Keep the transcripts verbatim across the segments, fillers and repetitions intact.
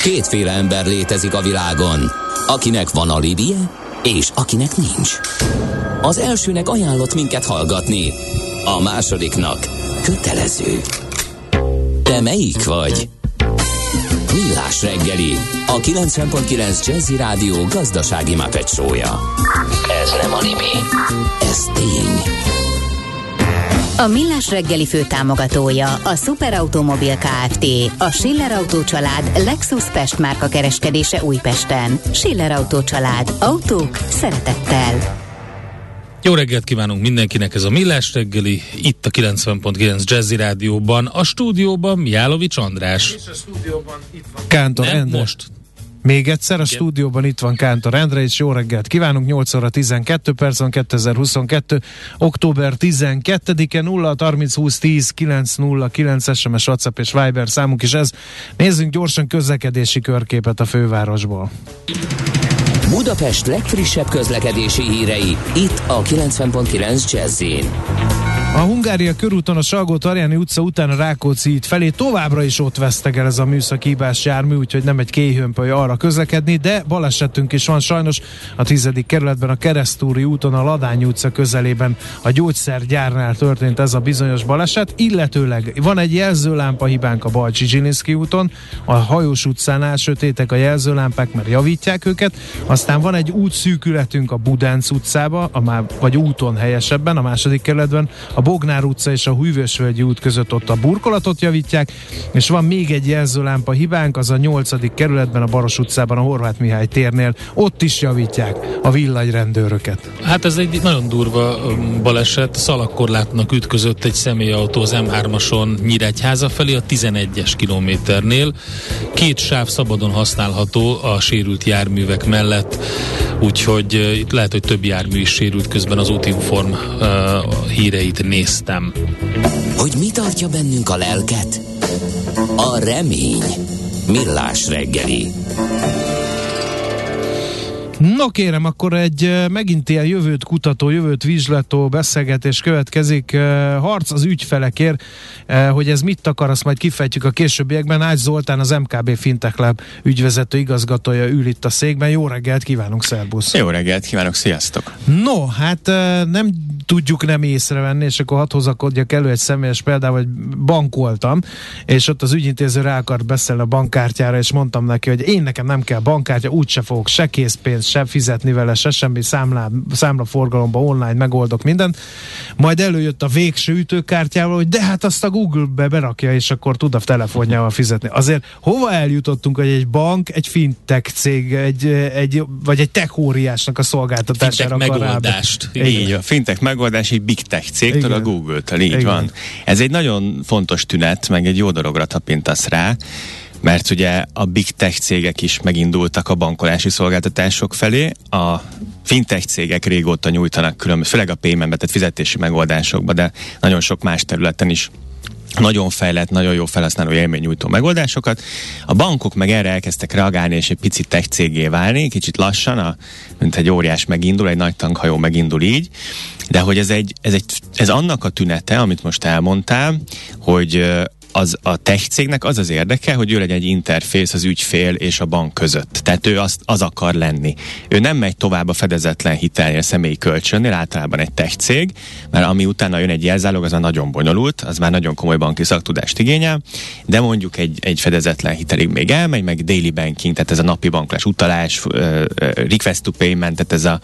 Kétféle ember létezik a világon, akinek van alibije, és akinek nincs. Az elsőnek ajánlott minket hallgatni, a másodiknak kötelező. Te melyik vagy? Millás reggeli, a kilencven pont kilenc Jazzy Rádió gazdasági Muppet show-ja. Ez nem anime, ez tény. A Millás reggeli főtámogatója a Superautomobil Kft. A Schiller Autó család Lexus Pest márka kereskedése Újpesten. Schiller Autó család. Autók szeretettel. Jó reggelt kívánunk mindenkinek, ez a Millás reggeli, itt a kilencven pont kilenc Jazzy Rádióban, a stúdióban Mihálovics András. És a stúdióban itt van Kántor Nem, Endre. most. Még egyszer a Igen. stúdióban itt van Kántor Endre, és jó reggelt kívánunk, nyolc óra tizenkét percon, kétezer-huszonkettő. október tizenkettedike, nulla harminc húsz tíz kilenc nulla kilenc es em es, WhatsApp és Viber számunk is ez. Nézzünk gyorsan közlekedési körképet a fővárosból. Budapest legfrissebb közlekedési hírei, itt a kilencven pont kilenc Jazzyn. A Hungária körúton a Salgó-Tarjáni utca után a Rákóczi híd felé továbbra is ott vesztegel ez a műszaki hibás jármű, úgyhogy nem egy kéhömpöly arra közlekedni, de balesetünk is van sajnos a tizedik kerületben, a Keresztúri úton a Ladány utca közelében a gyógyszergyárnál történt ez a bizonyos baleset, illetőleg van egy jelzőlámpa hibánk a Balcsi-Zsilinszky úton, a Hajós utcánál sötétek a jelzőlámpák, mert javítják őket, aztán van egy útszűkületünk a Budánc utcába, a má, vagy úton helyesebben, a második kerületben, a Bognár utca és a Hújvösvölgyi út között ott a burkolatot javítják, és van még egy jelzőlámpa hibánk, az a nyolcadik kerületben, a Baros utcában, a Horváth Mihály térnél, ott is javítják a villanyrendőröket. Hát ez egy nagyon durva baleset, szalagkorlátnak ütközött egy személyautó az em hármason Nyíregyháza felé a tizenegyes kilométernél. Két sáv szabadon használható a sérült járművek mellett, úgyhogy uh, itt lehet, hogy több jármű is sérült, közben az Útinform uh, híreit néztem. Hogy mi tartja bennünk a lelket? A remény. Millás reggeli. No kérem, akkor egy megint ilyen jövőt kutató, jövőt vizslató beszélgetés következik. Harc az ügyfelekért, hogy ez mit akar, azt majd kifejtjük a későbbiekben. Ács Zoltán, az em ká bé Fintech Lab ügyvezető igazgatója ül itt a székben. Jó reggelt kívánunk, szerbusz! Jó reggelt kívánok, sziasztok! No, hát nem tudjuk nem észrevenni, és akkor hadd hozakodjak elő egy személyes példával, hogy bankoltam, és ott az ügyintéző rá akart beszélni a bankkártyára, és mondtam neki, hogy én nekem nem kell bankkártya, úgyse fogok se készpénzt, se fizetni vele, se semmi számlá, számlaforgalomba, online megoldok mindent. Majd előjött a végső ütőkártyával, hogy de hát azt a Google-be berakja, és akkor tud a telefonjával fizetni. Azért hova eljutottunk, hogy egy bank, egy fintech cég, egy, egy, vagy egy tech óriásnak a szolgáltatására Fintech akar megoldást. Rábe. Így a fintech megoldás egy big tech cégtől, igen, a Google-től, így igen, van. Ez egy nagyon fontos tünet, meg egy jó dologra tapintasz rá, mert ugye a big tech cégek is megindultak a bankolási szolgáltatások felé, a fintech cégek régóta nyújtanak különböző, főleg a paymentbe, tehát fizetési megoldásokba, de nagyon sok más területen is nagyon fejlett, nagyon jó felhasználó élménynyújtó megoldásokat. A bankok meg erre elkezdtek reagálni, és egy picit tech cégé válni, kicsit lassan, a, mint egy óriás megindul, egy nagy tankhajó megindul így, de hogy ez, egy, ez, egy, ez annak a tünete, amit most elmondtál, hogy az a tech cégnek az az érdeke, hogy ő legyen egy interfész az ügyfél és a bank között. Tehát ő azt, az akar lenni. Ő nem megy tovább a fedezetlen hitelnél, személyi kölcsönnél, általában egy tech cég, mert ami utána jön egy jelzálog, az már nagyon bonyolult, az már nagyon komoly banki szaktudást igényel, de mondjuk egy, egy fedezetlen hitelig még elmegy, meg daily banking, tehát ez a napi banklás, utalás, uh, request to payment, tehát ez a,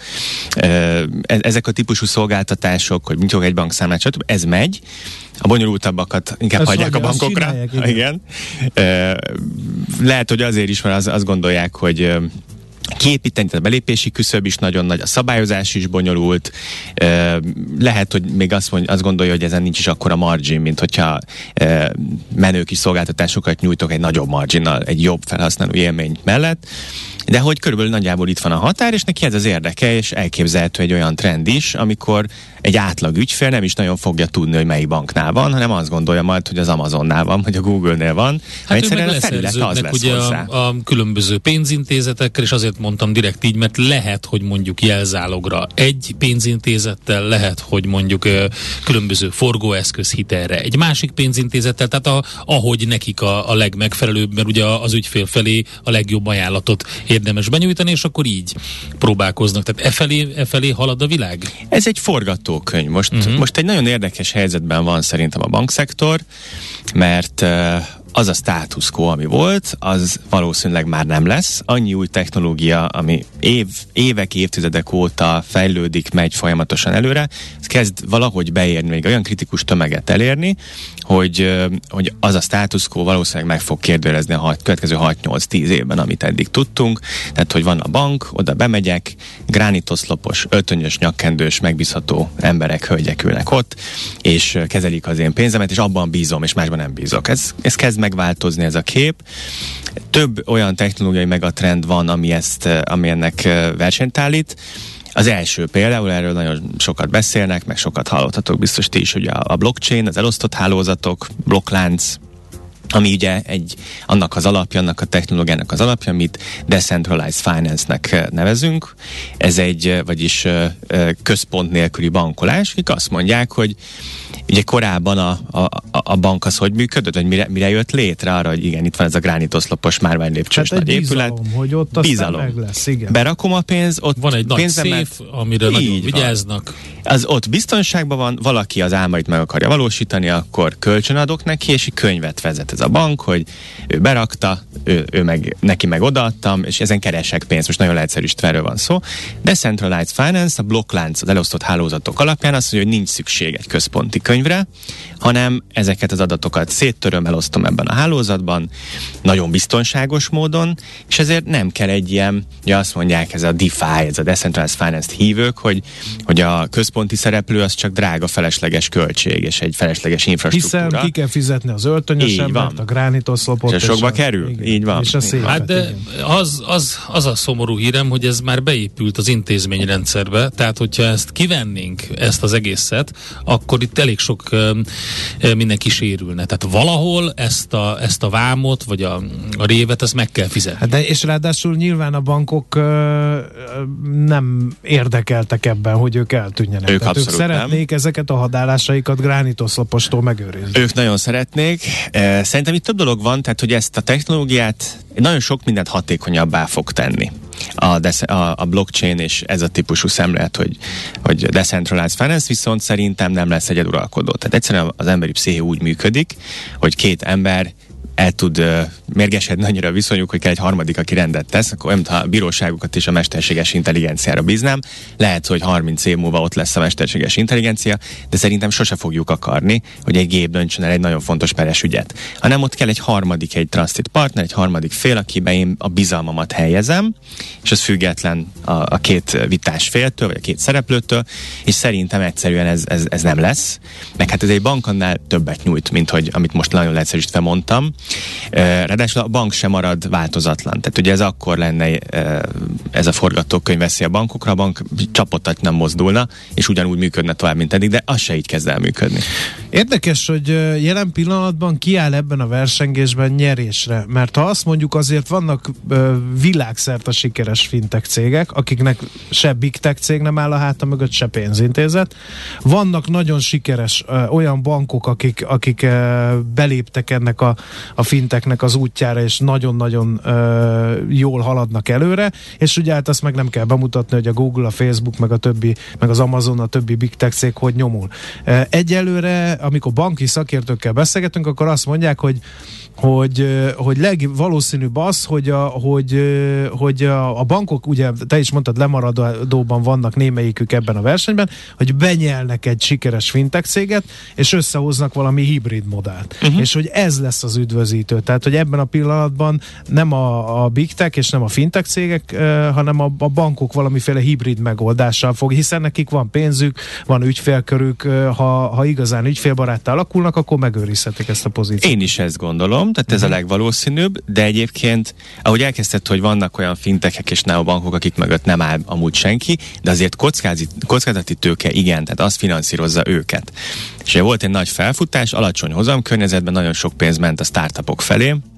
uh, ezek a típusú szolgáltatások, hogy mint egy bankszámlát, stb. Ez megy. A bonyolultabbakat inkább ezt hagyják a bankokra. Csinálják, igen. igen. Uh, lehet, hogy azért is, mert az, azt gondolják, hogy uh, kiépíteni, tehát a belépési küszöb is nagyon nagy, a szabályozás is bonyolult, uh, lehet, hogy még azt, mondja, azt gondolja, hogy ezen nincs is akkora margin, mint hogyha uh, menő kis szolgáltatásokat nyújtok egy nagyobb marginnal, egy jobb felhasználó élmény mellett, de hogy körülbelül nagyjából itt van a határ, és neki ez az érdeke, és elképzelhető egy olyan trend is, amikor egy átlag ügyfél nem is nagyon fogja tudni, hogy melyik banknál van, hanem azt gondolja majd, hogy az Amazonnál van, vagy a Google-nél van. Hát egyszerűen a felület az lesz ugye hozzá. A, a különböző pénzintézetekkel, és azért mondtam direkt így, mert lehet, hogy mondjuk jelzálogra egy pénzintézettel, lehet, hogy mondjuk ö, különböző forgóeszköz hitelre egy másik pénzintézettel, tehát a, ahogy nekik a, a legmegfelelőbb, mert ugye az ügyfél felé a legjobb ajánlatot érdemes benyújtani, és akkor így próbálkoznak. Tehát e felé, e felé halad a világ? Ez egy forgatókönyv. Most, uh-huh. most egy nagyon érdekes helyzetben van szerintem a bankszektor, mert uh, az a status quo, ami volt, az valószínűleg már nem lesz. Annyi új technológia, ami év, évek, évtizedek óta fejlődik, megy folyamatosan előre, ez kezd valahogy beérni, még olyan kritikus tömeget elérni, hogy, hogy az a status quo valószínűleg meg fog kérdőjelezni a következő hat-nyolc-tíz évben, amit eddig tudtunk. Tehát, hogy van a bank, oda bemegyek, gránitoszlopos, öltönyös, nyakkendős, megbízható emberek, hölgyek ülnek ott, és kezelik az én pénzemet, és abban bízom, és másban nem bízok. Ez, ez kezd megváltozni ez a kép. Több olyan technológiai megatrend van, ami, ezt, ami ennek versenyt állít. Az első például, erről nagyon sokat beszélnek, meg sokat hallottatok biztos ti is, hogy a blockchain, az elosztott hálózatok, blokklánc, ami ugye egy, annak az alapja, annak a technológiának az alapja, amit Decentralized Finance-nek nevezünk. Ez egy, vagyis központ nélküli bankolás, akik azt mondják, hogy ugye korábban a, a, a bank az hogy működött, vagy mire, mire jött létre arra, hogy igen, itt van ez a gránitoszlopos márványlépcsős hát nagy épület. Bizalom, hogy ott aztán bizalom. Meg lesz, igen. Berakom a pénz, ott van egy nagy széf, amire nagyon vigyáznak. Az ott biztonságban van, valaki az álmait meg akarja valósítani, akkor kölcsönadok neki, és egy könyvet vezet ez a bank, hogy ő berakta, ő, ő meg, neki meg odaadtam, és ezen keresek pénzt, most nagyon leegyszerűsítve erről van szó. Decentralized Finance, a blokklánc, az elosztott hálózatok alapján azt mondja, hogy nincs szükség egy központi könyvre, hanem ezeket az adatokat széttöröm, elosztom ebben a hálózatban, nagyon biztonságos módon, és ezért nem kell egy ilyen, ugye azt mondják, ez a DeFi, ez a Decentralized Finance hívők, hogy, hogy a központi szereplő az csak drága, felesleges költség, és egy felesleges infrastruktúra. Hiszen ki kell fizetni az öltönyös embert, a gránitoszlopot. És sokba kerül? Igen, így van. És a szépen, hát de az, az, az a szomorú hírem, hogy ez már beépült az intézményrendszerbe, tehát hogyha ezt kivennénk, ezt az egészet, akkor itt elég sok uh, mindenki sérülne. Tehát valahol ezt a, ezt a vámot, vagy a, a révet, ezt meg kell fizetni. Hát de és ráadásul nyilván a bankok uh, nem érdekeltek ebben, hogy ők eltűnjenek. Ők, Tehát ők szeretnék nem. ezeket a hadállásaikat gránitoszlopostól megőrizni. Ők nagyon szeretnék. Szerintem itt több dolog van, tehát hogy ezt a technológiát nagyon sok mindent hatékonyabbá fog tenni. A, de- a, a blockchain és ez a típusú szemlélet, hogy, hogy decentralized finance, viszont szerintem nem lesz egyeduralkodó. Tehát egyszerűen az emberi psziché úgy működik, hogy két ember el tud uh, mérgesedni annyira a viszonyuk, hogy kell egy harmadik, aki rendet tesz, akkor olyan, mintha a bíróságokat is a mesterséges intelligenciára bíznám. Lehet, hogy harminc év múlva ott lesz a mesterséges intelligencia, de szerintem sose fogjuk akarni, hogy egy gép döntsön el egy nagyon fontos peres ügyet. Hanem ott kell egy harmadik, egy trusted partner, egy harmadik fél, akiben én a bizalmamat helyezem, és az független a, a két vitás féltől, vagy a két szereplőtől, és szerintem egyszerűen ez, ez, ez nem lesz. Meg hát ez egy bank annál többet nyújt, mint hogy amit most nagyon leegyszerűsítve mondtam. Ráadásul a bank sem marad változatlan. Tehát ugye ez akkor lenne ez a forgatókönyv veszi a bankokra, a bank csapottat nem mozdulna, és ugyanúgy működne tovább, mint eddig, de az se így kezd el működni. Érdekes, hogy jelen pillanatban kiáll ebben a versengésben nyerésre, mert ha azt mondjuk, azért vannak világszerte sikeres fintech cégek, akiknek se big tech cég nem áll a háta mögött, se pénzintézet. Vannak nagyon sikeres olyan bankok, akik, akik beléptek ennek a a fintechnek az útjára, és nagyon-nagyon ö, jól haladnak előre, és ugye hát azt meg nem kell bemutatni, hogy a Google, a Facebook, meg a többi, meg az Amazon, a többi big tech cég hogy nyomul. Egyelőre, amikor banki szakértőkkel beszélgetünk, akkor azt mondják, hogy hogy, hogy legvalószínűbb az, hogy a, hogy, hogy a, a bankok, ugye te is mondtad, lemaradóban vannak némelyikük ebben a versenyben, hogy benyelnek egy sikeres fintech céget, és összehoznak valami hibrid modellt. Uh-huh. És hogy ez lesz az üdvözítő. Tehát, hogy ebben a pillanatban nem a, a big tech és nem a fintech cégek, uh, hanem a, a bankok valamiféle hibrid megoldással fog, hiszen nekik van pénzük, van ügyfélkörük, uh, ha, ha igazán ügyfélbaráttá alakulnak, akkor megőrizhetik ezt a pozíciót. Én is ezt gondolom, tehát ez uh-huh. a legvalószínűbb, de egyébként, ahogy elkezdted, hogy vannak olyan fintechek és neobankok, akik mögött nem áll amúgy senki, de azért kockázati, kockázati tőke igen, tehát az finanszírozza őket. És volt egy nagy felfutás, alacsony hozamkörnyezetben nagyon sok pénz ment a startupok felé,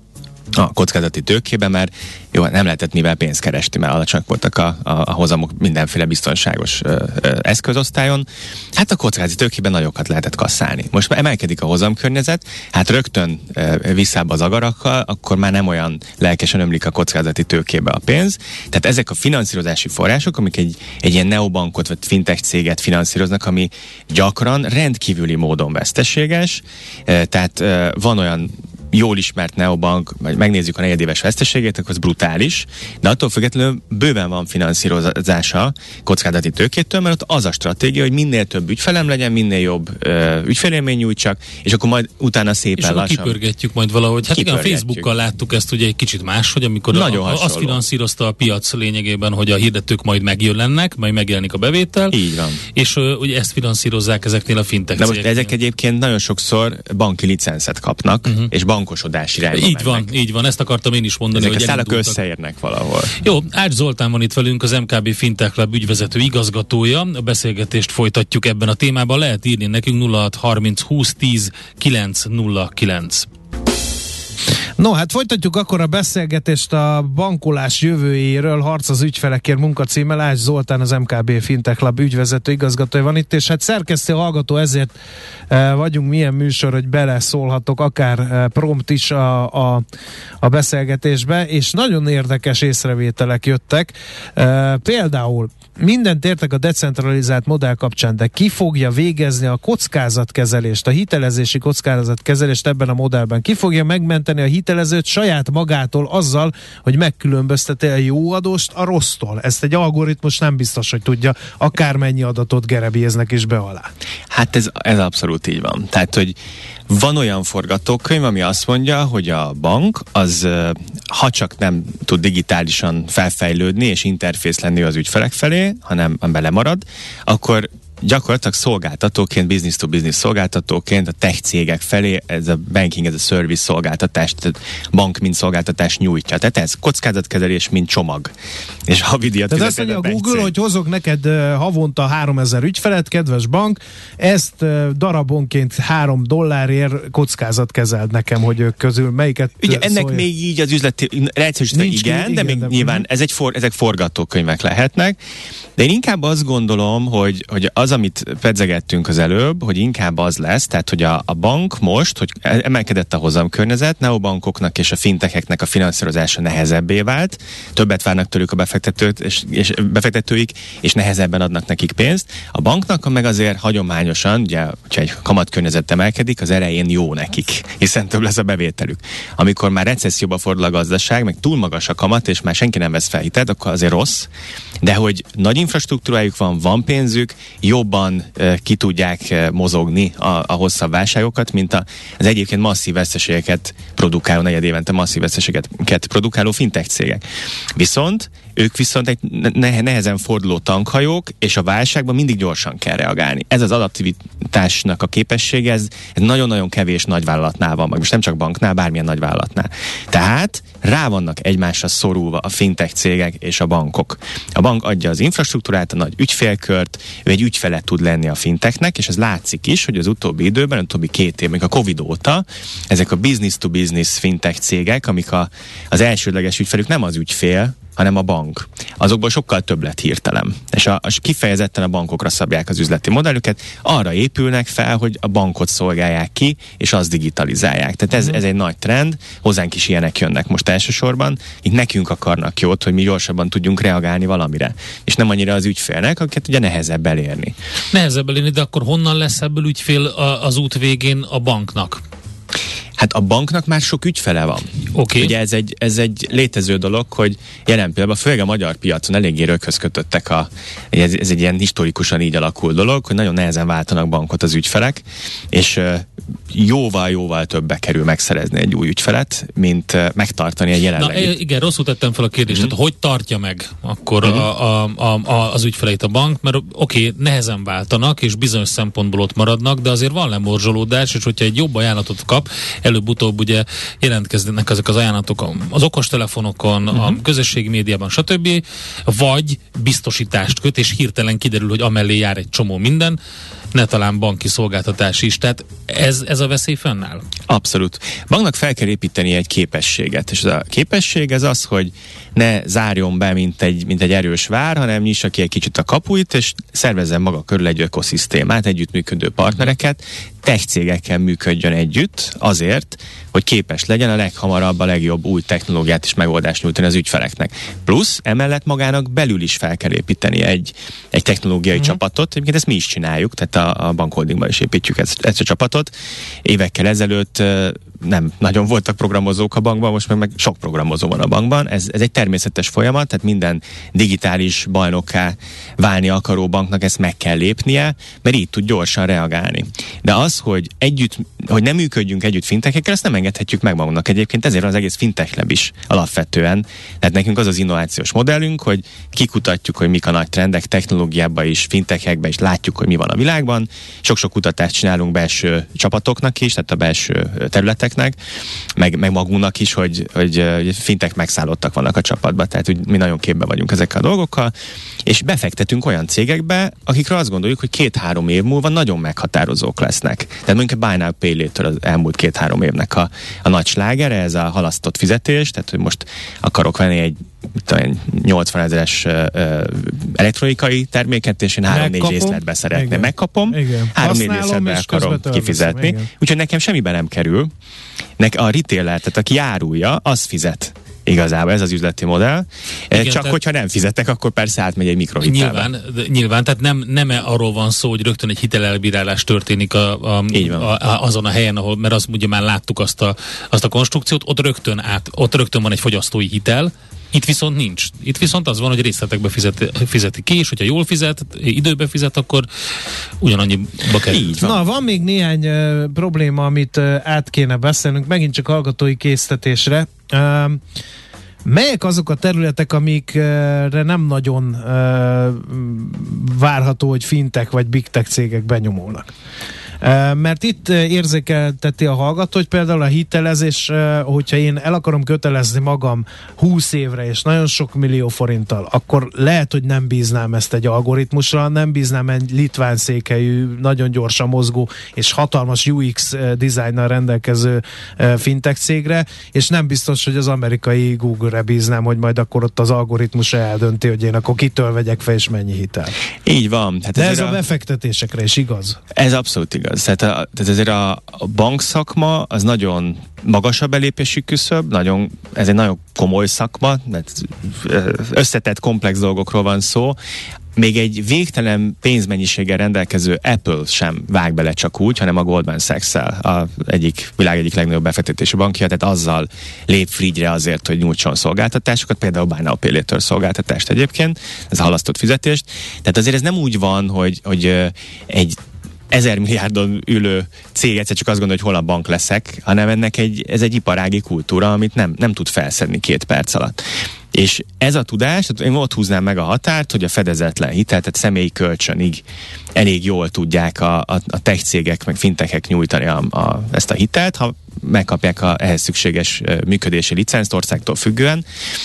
a kockázati tőkében, mert jó, nem lehetett mivel pénzt keresni, mert alacsonyak voltak a, a, a hozamok mindenféle biztonságos ö, ö, eszközosztályon. Hát a kockázati tőkében nagyokat lehetett kasszálni. Most már emelkedik a hozamkörnyezet, hát rögtön ö, visszább az agarakkal, akkor már nem olyan lelkesen ömlik a kockázati tőkébe a pénz. Tehát ezek a finanszírozási források, amik egy, egy ilyen neobankot vagy fintech céget finanszíroznak, ami gyakran rendkívüli módon veszteséges, ö, tehát ö, van olyan jól ismert neobank, vagy megnézzük a negyedéves veszteségét, akkor az brutális, de attól függetlenül bőven van finanszírozása kockázati tőkétől, mert ott az a stratégia, hogy minél több ügyfelem legyen, minél jobb ö, ügyfélélmény nyújtsak, és akkor majd utána szépen és lassan. És kipörgetjük majd valahogy. Hát igen, a Facebookkal láttuk ezt ugye egy kicsit más, hogy amikor a, a, azt finanszírozta a piac lényegében, hogy a hirdetők majd megjelennek, majd megjelenik a bevétel. Így van. És uh, ugye ezt finanszírozzák ezeknél a fintech de most cégeknél. Ezek egyébként nagyon sokszor banki licenszet kapnak, uh-huh. és bankosodás irányba Így mennek. van, így van, ezt akartam én is mondani. Ezek hogy a szálak összeérnek valahol. Jó, Ács Zoltán van itt velünk, az em ká bé Fintech Lab ügyvezető igazgatója. A beszélgetést folytatjuk ebben a témában. Lehet írni nekünk nulla hat harminc húsz tíz kilenc nulla kilenc. No, hát folytatjuk akkor a beszélgetést a bankolás jövőjéről. Harc az ügyfelekért munkacímmel. Ács Zoltán, az em ká bé Fintech Lab ügyvezető igazgatója van itt, és hát szerkesztő hallgató, ezért e, vagyunk milyen műsor, hogy beleszólhatok akár e, prompt is a, a, a beszélgetésbe, és nagyon érdekes észrevételek jöttek. E, például mindent értek a decentralizált modell kapcsán, de ki fogja végezni a kockázatkezelést, a hitelezési kockázatkezelést ebben a modellben? Ki fogja megmenteni a hitelezőt saját magától azzal, hogy megkülönbözteti a jó adóst a rossztól? Ezt egy algoritmus nem biztos, hogy tudja, akármennyi adatot gerebéznek is be alá. Hát ez, ez abszolút így van. Tehát, hogy van olyan forgatókönyv, ami azt mondja, hogy a bank az, ha csak nem tud digitálisan felfejlődni és interfész lenni az ügyfelek felé, hanem belemarad, akkor gyakorlatilag szolgáltatóként, business to business szolgáltatóként a tech cégek felé ez a banking, ez a service szolgáltatás, tehát bank mint szolgáltatás nyújtja. Tehát ez kockázatkezelés, mint csomag. És havidíjat tehát azt mondja a Google, cég. Hogy hozok neked uh, havonta háromezer ügyfelet, kedves bank, ezt uh, darabonként három dollárért kockázat kezeld nekem, hogy ők közül melyiket ugye uh, ennek szólja. még így az üzleti, egyszerűen igen, igen, de még de nyilván ez egy for, ezek forgatókönyvek lehetnek, de én inkább azt gondolom, hogy, hogy az amit pedzegettünk az előbb, hogy inkább az lesz, tehát hogy a, a bank most, hogy emelkedett a hozamkörnyezet, neobankoknak és a fintecheknek a finanszírozása nehezebbé vált, többet várnak tőlük a befektetők, és, és befektetőik, és nehezebben adnak nekik pénzt. A banknak meg azért hagyományosan, ugye, hogyha egy kamatkörnyezet emelkedik, az elején jó nekik, hiszen több lesz a bevételük. Amikor már recesszióba fordul a gazdaság, meg túl magas a kamat, és már senki nem vesz fel hitelt, akkor azért rossz, de hogy nagy infrastruktúrájuk van, van pénzük, jobban uh, ki tudják uh, mozogni a, a hosszabb válságokat, mint a, az egyébként masszív veszteségeket produkáló, negyed évente masszív veszteségeket produkáló fintech cégek. Viszont ők viszont egy ne- nehezen forduló tankhajók, és a válságban mindig gyorsan kell reagálni. Ez az adaptivitásnak a képessége, ez, ez nagyon-nagyon kevés nagyvállalatnál van, meg most nem csak banknál, bármilyen nagyvállalatnál. Tehát rá vannak egymásra szorulva a fintech cégek és a bankok. A bank adja az infrastruktúrát, a nagy ügyfélkört, ő egy ügyfele tud lenni a fintechnek, és ez látszik is, hogy az utóbbi időben, az utóbbi két év, még a Covid óta, ezek a business to business fintech cégek, amik a, az elsődleges ügyfelük nem az ügyfél, hanem a bank. Azokból sokkal több lett hirtelen. És a, a kifejezetten a bankokra szabják az üzleti modellüket, arra épülnek fel, hogy a bankot szolgálják ki, és azt digitalizálják. Tehát ez, ez egy nagy trend, hozzánk is ilyenek jönnek most elsősorban, itt nekünk akarnak jót, hogy mi gyorsabban tudjunk reagálni valamire. És nem annyira az ügyfélnek, akiket ugye nehezebb elérni. Nehezebb elérni, de akkor honnan lesz ebből ügyfél az út végén a banknak? Hát a banknak már sok ügyfele van. Okay. Ugye ez egy, ez egy létező dolog, hogy jelen pillanatban, főleg a magyar piacon eléggé röghöz kötöttek a, ez, ez egy ilyen historikusan így alakul dolog, hogy nagyon nehezen váltanak bankot az ügyfelek, és jóval-jóval többe kerül megszerezni egy új ügyfelet, mint megtartani egy jelenlegit. Na igen, rosszul tettem fel a kérdést, mm-hmm. tehát hogy tartja meg akkor mm-hmm. a, a, a, az ügyfeleit a bank, mert oké, okay, nehezen váltanak, és bizonyos szempontból ott maradnak, de azért van lemorzsolódás, és hogyha egy jobb ajánlatot kap, előbb-utóbb ugye jelentkeznek ezek az ajánlatok az okostelefonokon, uh-huh. a közösségi médiában, stb. Vagy biztosítást köt, és hirtelen kiderül, hogy amellé jár egy csomó minden, ne talán banki szolgáltatás is. Tehát Ez, ez a veszély fennáll? Abszolút. Banknak fel kell építeni egy képességet, és a képesség ez az, hogy ne zárjon be, mint egy, mint egy erős vár, hanem nyissa ki egy kicsit a kapuit, és szervezzen maga körül egy ökoszisztémát, együttműködő partnereket, tech cégekkel működjön együtt azért, hogy képes legyen a leghamarabb, a legjobb új technológiát és megoldást nyújtani az ügyfeleknek. Plusz emellett magának belül is fel kell építeni egy, egy technológiai uh-huh. csapatot. Egyébként ezt mi is csináljuk, tehát a, a bankholdingban is építjük ezt, ezt a csapatot. Évekkel ezelőtt nem nagyon voltak programozók a bankban, most meg, meg sok programozó van a bankban. Ez, ez egy természetes folyamat, tehát minden digitális bajnokká válni akaró banknak ezt meg kell lépnie, mert így tud gyorsan reagálni. De az, hogy együtt, hogy nem működjünk együtt fintechekkel, ezt nem engedhetjük meg magunknak. Egyébként ezért van az egész fintech lab is alapvetően. Tehát nekünk az az innovációs modellünk, hogy kikutatjuk, hogy mik a nagy trendek technológiában is, fintechekben is, látjuk, hogy mi van a világban. Sok-sok kutatást csinálunk belső csapatoknak is, tehát a belső területeknek, meg, meg magunknak is, hogy, hogy fintech megszállottak vannak a csapatban, tehát úgy mi nagyon képbe vagyunk ezekkel a dolgokkal, és befektetünk olyan cégekbe, akikről azt gondoljuk, hogy két-három év múlva nagyon meghatározók lesznek. Tehát mondjuk a Buy Now Pay Later az elmúlt két-három évnek a, a nagy slágere, ez a halasztott fizetés, tehát hogy most akarok venni egy nyolcvanezeres uh, elektronikai terméket, és én három-négy részletbe szeretném. Igen. Megkapom, három-négy részletbe akarok kifizetni. Igen. Úgyhogy nekem semmibe nem kerül. Nek a retailer, tehát aki járulja, az fizet. Igazából ez az üzleti modell. Igen, csak tehát, hogyha nem fizettek, akkor persze átmegy egy mikrohitelbe. Nyilván, nyilván, tehát nem, nem arról van szó, hogy rögtön egy hitelelbírálás történik a, a, a, azon a helyen, ahol, mert azt ugye már láttuk azt a, azt a konstrukciót, ott rögtön, át, ott rögtön van egy fogyasztói hitel, itt viszont nincs. Itt viszont az van, hogy részletekbe fizeti, fizeti ki, és hogyha jól fizet, időbe fizet, akkor ugyanannyiba kerül. Van. Na, van még néhány uh, probléma, amit uh, át kéne beszélnünk, megint csak hallgatói késztetésre. Uh, melyek azok a területek, amikre nem nagyon uh, várható, hogy fintech vagy big tech cégek benyomulnak? Mert itt érzékelteti a hallgató, hogy például a hitelezés, hogyha én el akarom kötelezni magam húsz évre és nagyon sok millió forinttal, akkor lehet, hogy nem bíznám ezt egy algoritmusra, nem bíznám egy litván székhelyű, nagyon gyorsan mozgó és hatalmas u iksz dizájnnal rendelkező fintech cégre, és nem biztos, hogy az amerikai Google-re bíznám, hogy majd akkor ott az algoritmus eldönti, hogy én akkor kitől vegyek fel és mennyi hitel. Így van. Hát de ez a, a befektetésekre is igaz? Ez abszolút igaz. Tehát, a, tehát ezért a, a bankszakma az nagyon magas a belépési küszöb, nagyon, ez egy nagyon komoly szakma, mert összetett, komplex dolgokról van szó. Még egy végtelen pénzmennyiséggel rendelkező Apple sem vág bele csak úgy, hanem a Goldman Sachs-szel, a egyik, világ egyik legnagyobb befektetési bankja, tehát azzal lép frigyre azért, hogy nyújtson szolgáltatásokat, például Buy Now Pay Later szolgáltatást egyébként, ez a halasztott fizetést. Tehát azért ez nem úgy van, hogy, hogy egy ezer milliárdon ülő cég egyszer csak azt gondolja, hogy hol a bank leszek, hanem ennek egy, ez egy iparági kultúra, amit nem, nem tud felszedni két perc alatt. És ez a tudás, én ott húznám meg a határt, hogy a fedezetlen hitel, tehát személyi kölcsönig elég jól tudják a, a, a tech cégek, meg fintechek nyújtani a, a, ezt a hitelt, ha megkapják a ehhez szükséges működési licenzt országtól függően.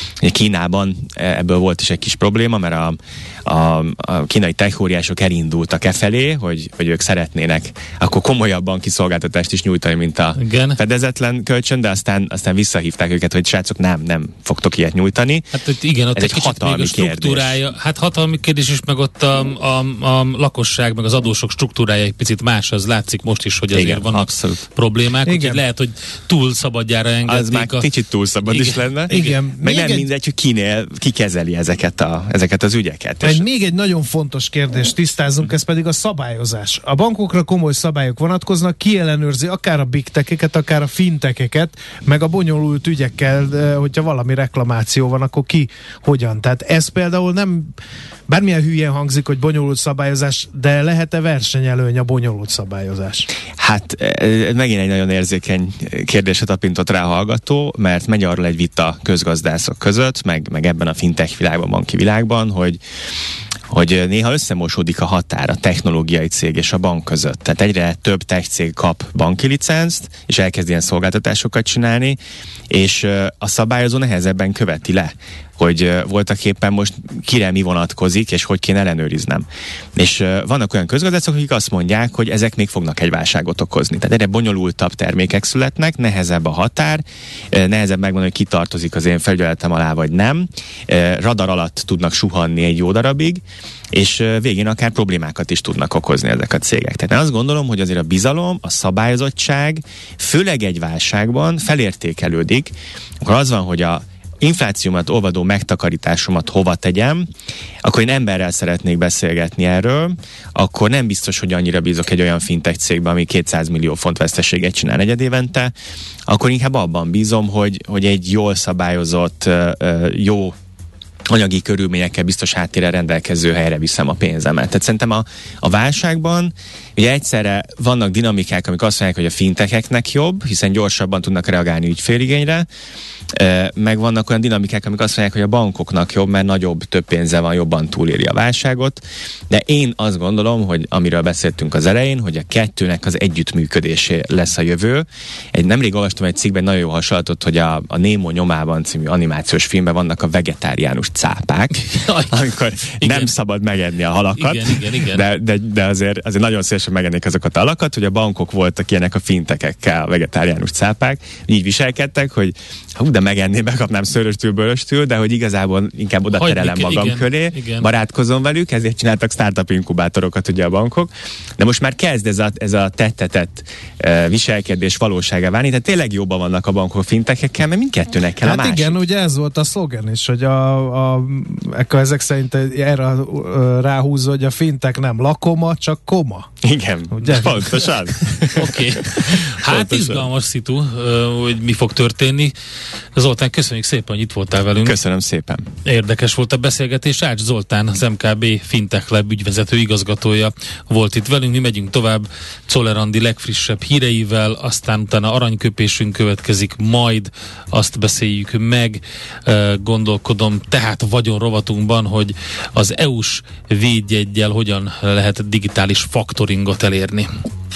Kínában ebből volt is egy kis probléma, mert a, a, a kínai tech óriások elindultak e felé, hogy, hogy ők szeretnének akkor komolyabban kiszolgáltatást is nyújtani, mint a igen. fedezetlen kölcsön, de aztán, aztán visszahívták őket, hogy srácok, nem, nem fogtok ilyet nyújtani. Hát igen, ott ez egy, egy hatalmi még a struktúrája, kérdés. Hát hatalmi kérdés is, meg ott a, a, a lakosság, meg az adósok struktúrája egy picit más, az látszik most is, hogy azért igen, vannak abszolút. problémák, úgyhogy lehet, hogy túl szabadjára engedték. Az már a... kicsit túl szabad igen. is lenne. Igen. Meg még nem egy... mindegy, hogy kinél, ki kezeli ezeket, a, ezeket az ügyeket. Egy, még egy nagyon fontos kérdést tisztázunk, ez pedig a szabályozás. A bankokra komoly szabályok vonatkoznak, ki ellenőrzi akár a big tech-eket, akár a fintecheket, meg a bonyolult ügyekkel, hogyha valami reklamáció van, akkor ki hogyan. Tehát ez például nem, bármilyen hülyen hangzik, hogy bonyolult szabályozás, de lehet-e versenyelőny a bonyolult szabályozás? Hát megint egy nagyon érzékeny kérdésre tapintott rá a hallgató, mert megy arról egy vita közgazdászok között, meg, meg ebben a fintech világban, banki világban, hogy hogy néha összemosódik a határ a technológiai cég és a bank között. Tehát egyre több tech cég kap banki licenzt, és elkezd ilyen szolgáltatásokat csinálni, és a szabályozó nehezebben követi le, hogy voltak éppen most kire mi vonatkozik, és hogy kéne ellenőriznem. És vannak olyan közgazdászok, akik azt mondják, hogy ezek még fognak egy válságot okozni. Tehát egyre bonyolultabb termékek születnek, nehezebb a határ, nehezebb megmondani, hogy ki tartozik az én felügyeletem alá, vagy nem. Radar alatt tudnak suhanni egy jó darabig, és végén akár problémákat is tudnak okozni ezek a cégek. Tehát én azt gondolom, hogy azért a bizalom, a szabályozottság, főleg egy válságban felértékelődik, akkor az van, hogy a inflációmat olvadó megtakarításomat hova tegyem, akkor én emberrel szeretnék beszélgetni erről, akkor nem biztos, hogy annyira bízok egy olyan fintech cégben, ami kétszáz millió font veszteséget csinál negyedévente, akkor inkább abban bízom, hogy, hogy egy jól szabályozott, jó anyagi körülményekkel biztos háttérrel rendelkező helyre viszem a pénzemet. Tehát szerintem a, a válságban ugye egyszerre vannak dinamikák, amik azt mondják, hogy a fintecheknek jobb, hiszen gyorsabban tudnak reagálni ügyféligényre, meg vannak olyan dinamikák, amik azt mondják, hogy a bankoknak jobb, mert nagyobb, több pénze van, jobban túléri a válságot, de én azt gondolom, hogy amiről beszéltünk az elején, hogy a kettőnek az együttműködésé lesz a jövő. Egy nemrég olvastam egy cikkben nagyon jó hasonlatot, hogy a, a Nemo nyomában című animációs filmben vannak a vegetáriánus cápák, amikor igen. nem szabad megenni a halakat, igen, igen, igen. De, de, de azért, azért nagyon szélesen megennék azokat a halakat, hogy a bankok voltak ilyenek a fintekekkel, a vegetáriánus cápák, így viselkedtek, hogy hú, de megenni, megkapnám szöröstül, bőröstül, de hogy igazából inkább oda Hagyjuk, terelem magam igen, köré, igen. barátkozom velük, ezért csináltak startup inkubátorokat ugye a bankok, de most már kezd ez a, ez a tettetett uh, viselkedés valóságá válni, tehát tényleg jobban vannak a bankok fintekekkel, mert mindkettőnek kell hát a másik. igen, ugye ez volt a szlogen is, hogy a, a, ezek szerint erre ráhúzza, hogy a fintek nem lakoma, csak koma. Igen, ugye? Pontosan. Oké. Okay. Hát pontosan. Izgalmas szitu, hogy mi fog történni. Zoltán, köszönjük szépen, hogy itt voltál velünk. Köszönöm szépen. Érdekes volt a beszélgetés. Ács Zoltán, az em ká bé Fintech Lab ügyvezető igazgatója volt itt velünk. Mi megyünk tovább Czoller Andi legfrissebb híreivel, aztán utána aranyköpésünk következik, majd azt beszéljük meg. Gondolkodom tehát vagyon rovatunkban, hogy az é u-s védjeggyel hogyan lehet digitális faktoringot elérni.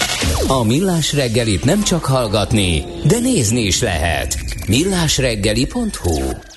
A Millás reggelit nem csak hallgatni, de nézni is lehet. millásreggeli pont hu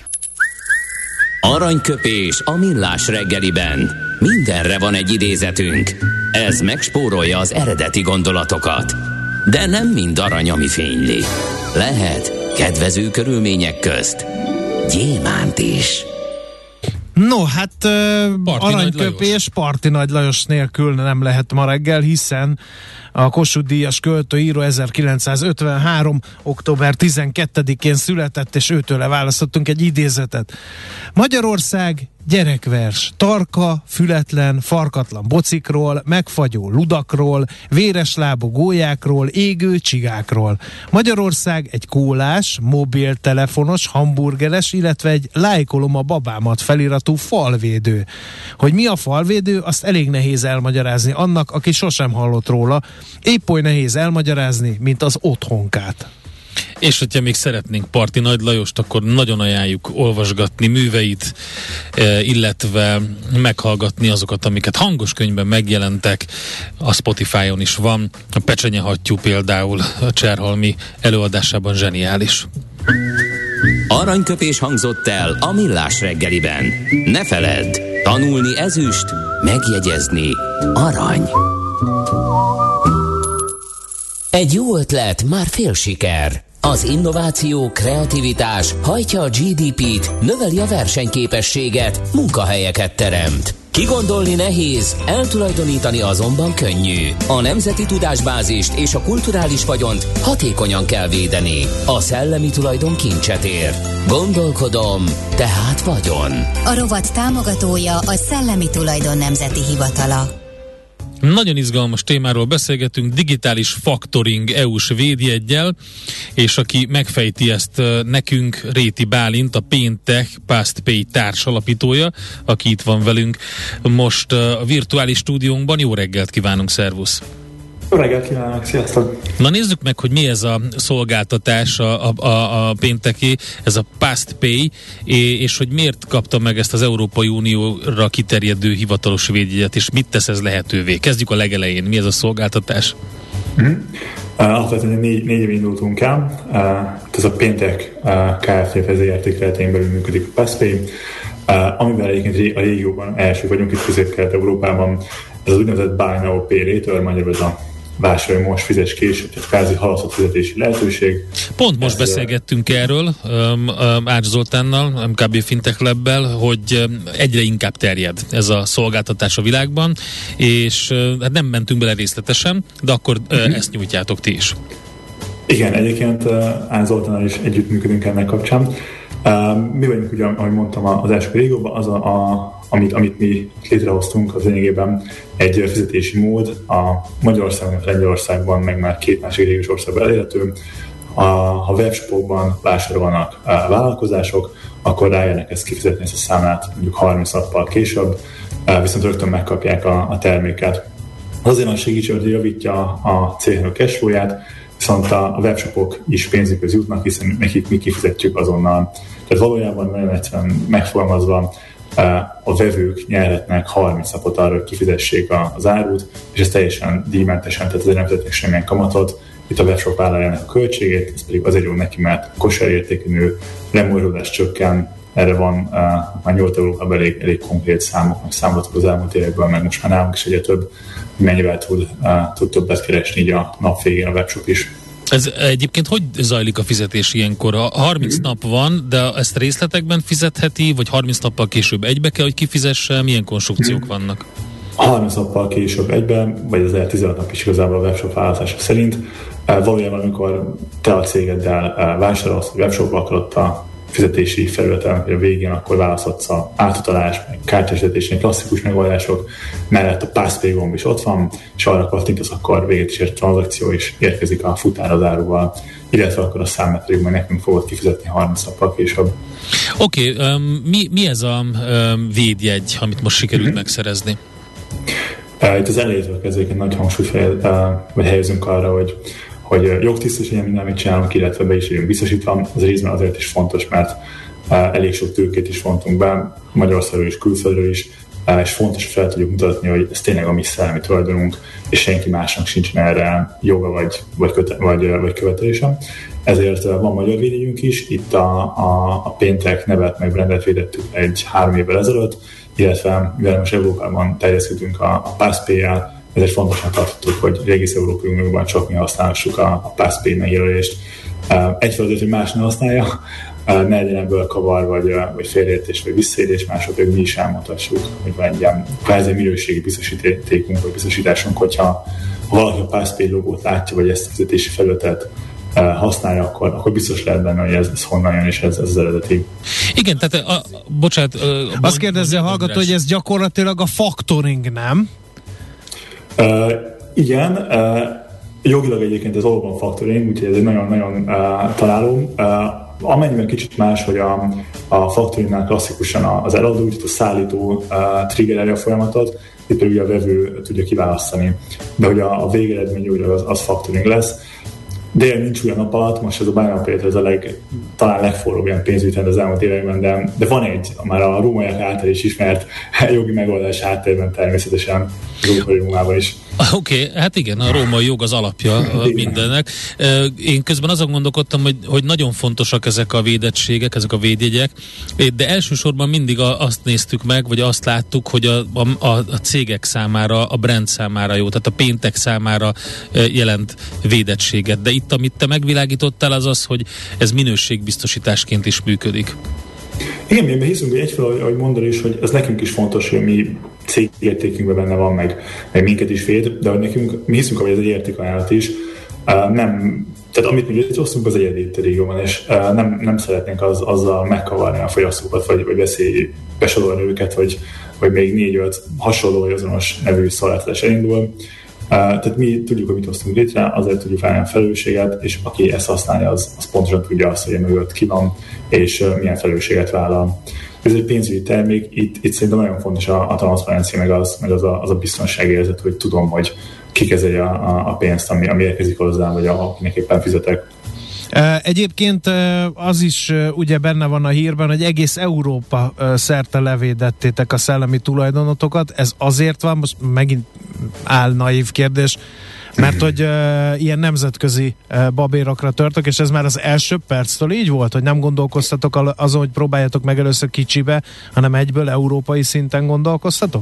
Aranyköpés a Millás reggeliben. Mindenre van egy idézetünk. Ez megspórolja az eredeti gondolatokat. De nem mind arany, ami fényli. Lehet kedvező körülmények közt gyémánt is. No, hát uh, aranyköpés Parti Nagy Lajos nélkül nem lehet ma reggel, hiszen a Kossuth-díjas költő író ezerkilencszázötvenhárom. október tizenkettedikén született, és őtőle választottunk egy idézetet. Magyarország gyerekvers, tarka, fületlen, farkatlan bocikról, megfagyó ludakról, véres lábú gólyákról, égő csigákról. Magyarország egy kólás, mobiltelefonos, hamburgeres, illetve egy lájkolom a babámat feliratú falvédő. Hogy mi a falvédő, azt elég nehéz elmagyarázni annak, aki sosem hallott róla. Épp oly nehéz elmagyarázni, mint az otthonkát. És hogyha még szeretnénk Parti Nagy Lajost, akkor nagyon ajánljuk olvasgatni műveit, illetve meghallgatni azokat, amiket hangos könyvben megjelentek. A Spotify-on is van. A Pecsenyehattyú például a Cserhalmi előadásában zseniális. Aranyköpés hangzott el a Millás reggeliben. Ne feledd, tanulni ezüst, megjegyezni arany. Egy jó ötlet, már fél siker. Az innováció, kreativitás hajtja a gé dé pét, növeli a versenyképességet, munkahelyeket teremt. Kigondolni nehéz, eltulajdonítani azonban könnyű. A nemzeti tudásbázist és a kulturális vagyont hatékonyan kell védeni. A szellemi tulajdon kincset ér. Gondolkodom, tehát vagyon. A rovat támogatója a Szellemi Tulajdon Nemzeti Hivatala. Nagyon izgalmas témáról beszélgetünk, digitális faktoring é u-s védjeggyel, és aki megfejti ezt nekünk, Réti Bálint, a Péntech PastPay társ alapítója, aki itt van velünk most a virtuális stúdiónkban. Jó reggelt kívánunk, szervusz! Jó reggelt kívánok, sziasztok! Na nézzük meg, hogy mi ez a szolgáltatás, a, a, a pénteki, ez a PastPay, és hogy miért kapta meg ezt az Európai Unióra kiterjedő hivatalos védjegyet, és mit tesz ez lehetővé. Kezdjük a legelején. Mi ez a szolgáltatás? Mm-hmm. Uh, alapvetően négy, négy év indultunk el. Uh, ez a Péntek uh, Kft. Vezérérték keretein belül működik a PastPay, uh, amivel egyébként a régióban első vagyunk itt Közép-Kelet-Európában. Ez az úgynevezett Buy Now Pay Later, magyarul ez a vásárolj most, fizes később, tehát kvázi halasztott fizetési lehetőség. Pont most Ez beszélgettünk uh, erről um, um, Ács Zoltánnal, em ká bé Fintech Labbel, hogy um, egyre inkább terjed ez a szolgáltatás a világban, és uh, hát nem mentünk bele részletesen, de akkor uh, uh-huh. ezt nyújtjátok ti is. Igen, egyébként uh, Ács Zoltánnal is együttműködünk ennek kapcsán. Uh, mi vagyunk, ugye, ahogy mondtam, az első régióban, az a, a Amit, amit mi létrehoztunk, az lényegében egy fizetési mód, a Magyarországon, a Lengyelországban, meg már két másik régiós országban elérhető. A, ha webshopokban vásárolnak a vállalkozások, akkor rájönnek ezt kifizetni, ezt a számlát mondjuk harminc nappal később, viszont rögtön megkapják a, a terméket. Azért van segítség, hogy javítja a cégnek a cashflow-ját, viszont a webshopok is pénzükhöz jutnak, hiszen nekik mi kifizetjük azonnal. Tehát valójában nagyon egyszerűen megfogalmazva, a vevők nyerhetnek harminc napot arra, hogy kifizessék az árut, és ez teljesen díjmentesen, tehát ezért nem fizetnek semmilyen kamatot. Itt a webshop vállalja a költségét, ez pedig azért jó neki, mert kosárértékű nő, lemorzsolás csökken, erre van uh, már nyolc Európában elég, elég konkrét számok, meg számolatok az elmúlt évekből, meg most már nálunk is egyre több, mennyivel tud, uh, tud többet keresni így a nap végén a webshop is. Ez egyébként hogy zajlik a fizetés ilyenkor? harminc nap van, de ezt részletekben fizetheti, vagy harminc nappal később egybe kell, hogy kifizesse? Milyen konstrukciók vannak? harminc nappal később egyben, vagy az tizenhat nap is igazából a webshop választása szerint. Valójában, amikor te a cégeddel vásárolsz a webshopba, akkor ott a fizetési felületen, a végén akkor választhatsz a átutalás, meg kártyafizetésnél klasszikus megoldások, mellett a PastPay gomb is ott van, és arra kattintasz, akkor véget is ért a tranzakció, és érkezik a futár az áruval, illetve akkor a számát pedig majd nekünk fogod kifizetni harminc nappal később. Oké, okay, um, mi, mi ez a um, védjegy, amit most sikerült mm-hmm. megszerezni? Uh, itt az elejétől kezdve nagy hangsúlyt uh, helyezünk arra, hogy hogy jogtisztos legyen minden, amit csinálunk, illetve be is jön biztosítva. Ez részben azért is fontos, mert uh, elég sok tőkét is vontunk be, Magyarországról is, külföldről is, uh, és fontos, hogy fel tudjuk mutatni, hogy ez tényleg a mi szellemi tulajdonunk, és senki másnak sincsen erre joga vagy, vagy, köte, vagy, vagy követelése. Ezért uh, van magyar védjegyünk is, itt a, a, a Péntek nevet meg brandet védettük egy három évvel ezelőtt, illetve mivel most Európában terjesztünk a, a PastPay-jel, ezért fontosnak tartottuk, hogy egész Európai Unióban csak mi használhassuk a, a PastPay megjelölést. Egyfelől azért, hogy más ne használja, ne legyen ebből kavar, vagy, vagy félreértés, vagy visszaélés, másodszor mi is elmondhassuk, hogy van egy ilyen kvázi minőségi biztosítékunk, vagy biztosításunk, hogyha ha valaki a PastPay logót látja, vagy ezt a fizetési felületet használja, akkor, akkor biztos lehet benne, hogy ez, ez honnan jön, és ez, ez az eredeti. Igen, tehát, a, bocsánat. A, Azt mond, kérdezze a hallgató, hogy ez gyakorlatilag a factoring, nem? Uh, igen, uh, jogilag egyébként ez valóban factoring, úgyhogy ez egy nagyon-nagyon uh, találó. Uh, amennyiben kicsit más, hogy a, a factoringnál klasszikusan az eladó, tehát a szállító uh, triggerelje a folyamatot, itt pedig a vevő tudja kiválasztani, de hogy a, a végeredmény újra az, az factoring lesz. De nincs olyan nap alatt, most ez a Buy Now Pay Later, ez a leg, talán legforróbb ilyen pénzügyi trend az elmúlt években, de, de van egy, már a rómaiak által is ismert jogi megoldás háttérben természetesen az Európai Rómában is. Oké, okay, hát igen, a római jog az alapja mindennek. Én közben azon gondolkodtam, hogy, hogy nagyon fontosak ezek a védettségek, ezek a védjegyek, de elsősorban mindig azt néztük meg, vagy azt láttuk, hogy a, a, a cégek számára, a brand számára jó, tehát a Péntek számára jelent védettséget. De itt, amit te megvilágítottál, az az, hogy ez minőségbiztosításként is működik. Igen, mi hiszünk, hogy egyfelől, ahogy mondod is, hogy ez nekünk is fontos, hogy mi cégértékünkben benne van, meg, meg minket is véd, de hogy nekünk, mi hiszünk, hogy ez egy értékajánlat is. Uh, nem, tehát amit mi létrehoztunk, az egyedi itt a régióban, és uh, nem, nem szeretnénk az, azzal megkavarni a fogyasztókat, vagy, vagy veszély besorolni őket, vagy, vagy még négy-öt hasonló vagy azonos nevű szolgáltatás elindul. Uh, tehát mi tudjuk, hogy mit hoztunk létre, azért tudjuk válni a felelősséget, és aki ezt használja, az, az pontosan tudja azt, hogy mögött ki van, és uh, milyen felelősséget vállal. Ez egy pénzügyi termék, itt, itt szerintem nagyon fontos a, a transzparencia, meg az, meg az a, az a biztonságérzet, hogy tudom, hogy kikezeli a, a, a pénzt, ami, ami érkezik hozzám, vagy akinek éppen fizetek. Egyébként az is ugye benne van a hírben, hogy egész Európa szerte levédettétek a szellemi tulajdonotokat. Ez azért van, most megint áll naív kérdés, mert hogy uh, ilyen nemzetközi uh, babérokra törtök, és ez már az első perctől így volt, hogy nem gondolkoztatok azon, hogy próbáljátok meg először kicsibe, hanem egyből európai szinten gondolkoztatok?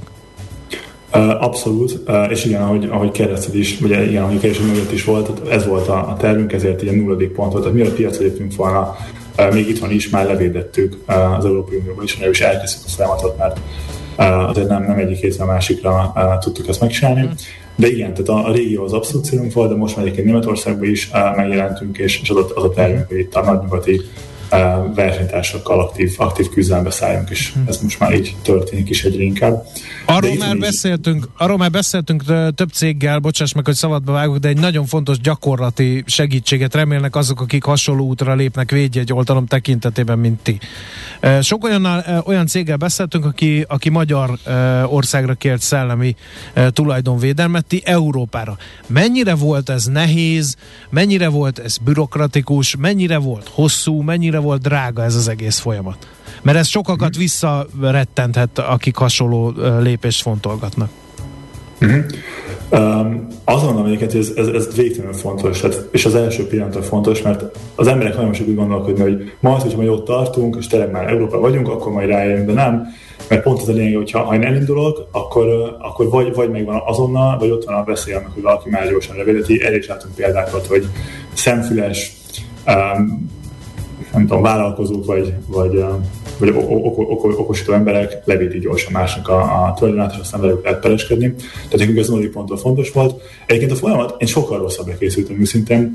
Uh, abszolút, uh, és igen, ahogy, ahogy kereszted is, ugye igen, ahogy kereső mögött is volt, ez volt a, a tervünk, ezért ilyen nulladik pont volt, tehát mielőtt piacra léptünk volna, uh, még itthon is már levédettük uh, az Európai Unióban is, és elkezdtük a folyamatot, mert uh, azért nem, nem egyik hétre a másikra uh, tudtuk ezt megcsinálni. Mm. De igen, tehát a, a régió az abszolút célunk volt, de most már egyébként Németországban is uh, megjelentünk, és, és az, a, az a tervünk, hogy itt a nagynyugati uh, versenytársakkal aktív, aktív küzdelembe szálljunk, és ez most már így történik is egyre inkább. Arról már, beszéltünk, arról már beszéltünk több céggel, bocsáss meg, hogy szabadba vágok, de egy nagyon fontos gyakorlati segítséget remélnek azok, akik hasonló útra lépnek védjegyoltalom tekintetében, mint ti. Sok olyannal, olyan céggel beszéltünk, aki, aki magyar országra kért szellemi tulajdonvédelmet, ti Európára. Mennyire volt ez nehéz, mennyire volt ez bürokratikus, mennyire volt hosszú, mennyire volt drága ez az egész folyamat? Mert ez sokakat visszarettenthet, akik hasonló lépést fontolgatnak. Uh-huh. Um, azt mondom egyébként, hogy ez, ez, ez végtelenül fontos, hát, és az első pillanattól fontos, mert az emberek nagyon sok úgy gondolkodni, hogy majd, hogyha majd ott tartunk, és tényleg már Európában vagyunk, akkor majd rájönünk, de nem, mert pont az a lényeg, hogyha ha én elindulok, akkor, akkor vagy, vagy megvan azonnal, vagy ott van a veszély annak, hogy valaki már gyorsan levédeti. El is látunk példákat, hogy szemfüles, um, nem tudom, vállalkozók, vagy, vagy, vagy okosító emberek levédik gyorsan másnak a, a tulajdonát, és aztán velük lehet pereskedni. Tehát nekünk ez nulladik ponttól fontos volt. Egyébként a folyamat, én sokkal rosszabbra készültem őszintén.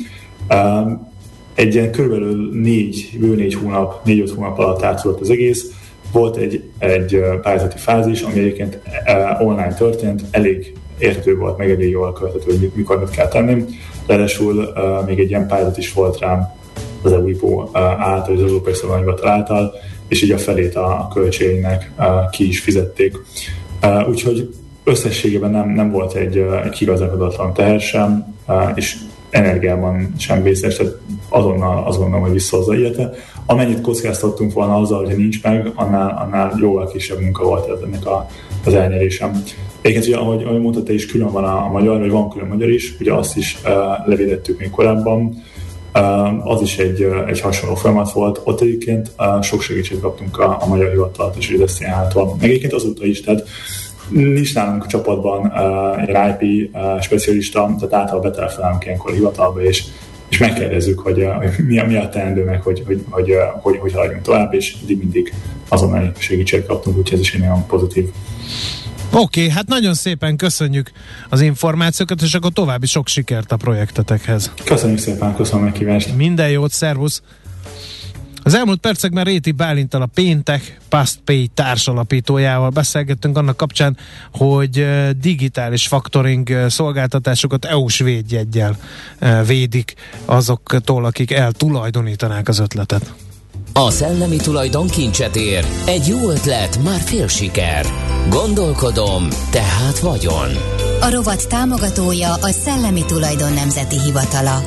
Egy ilyen körülbelül négy, bő négy hónap, négy-öt hónap alatt átszólt az egész. Volt egy, egy pályázati fázis, ami egyébként online történt, elég érthető volt, meg elég jól követhető, hogy mikor mit kell tenni. Ráadásul még egy ilyen pályázat is volt rám az E U I P O által, az Európai Szabadhivatal által, és így a felét a költségnek ki is fizették. Úgyhogy összességében nem, nem volt egy, egy kigazdálhatatlan teher sem, és energiában sem vészes, tehát azonnal azt gondolom, hogy visszahozza illetve. Amennyit kockáztattunk volna azzal, hogyha nincs meg, annál, annál jóval kisebb munka volt ennek a, az elnyerésem. Egyébként, ugye, ahogy, ahogy mondtad, te is külön van a, a magyar, vagy van külön magyar is, ugye azt is uh, levédettük még korábban. Uh, az is egy, uh, egy hasonló folyamat volt. Ott egyébként uh, sok segítséget kaptunk a, a magyar hivatalat és az es zé á-tól. Meg egyébként azóta is, tehát nincs nálunk a csapatban uh, egy I P uh, specialista, tehát általában betelefonálunk ilyenkor a hivatalba, és, és megkérdezzük, hogy, uh, hogy mi, mi a teendő, meg hogy, hogy, hogy, uh, hogy, hogy haladjunk tovább, és mindig, mindig azonnali segítséget kaptunk, úgyhogy ez is egy nagyon pozitív. Oké, okay, hát nagyon szépen köszönjük az információkat, és akkor további sok sikert a projektetekhez. Köszönjük szépen, köszönöm a meghívást. Minden jót, szervusz! Az elmúlt percekben Réti Bálinttal, a Péntek PastPay társalapítójával beszélgettünk annak kapcsán, hogy digitális faktoring szolgáltatásokat é u-s védjeggyel védik azoktól, akik eltulajdonítanák az ötletet. A szellemi tulajdon kincset ér. Egy jó ötlet, már fél siker. Gondolkodom, tehát vagyon. A rovat támogatója a Szellemi Tulajdon Nemzeti Hivatala.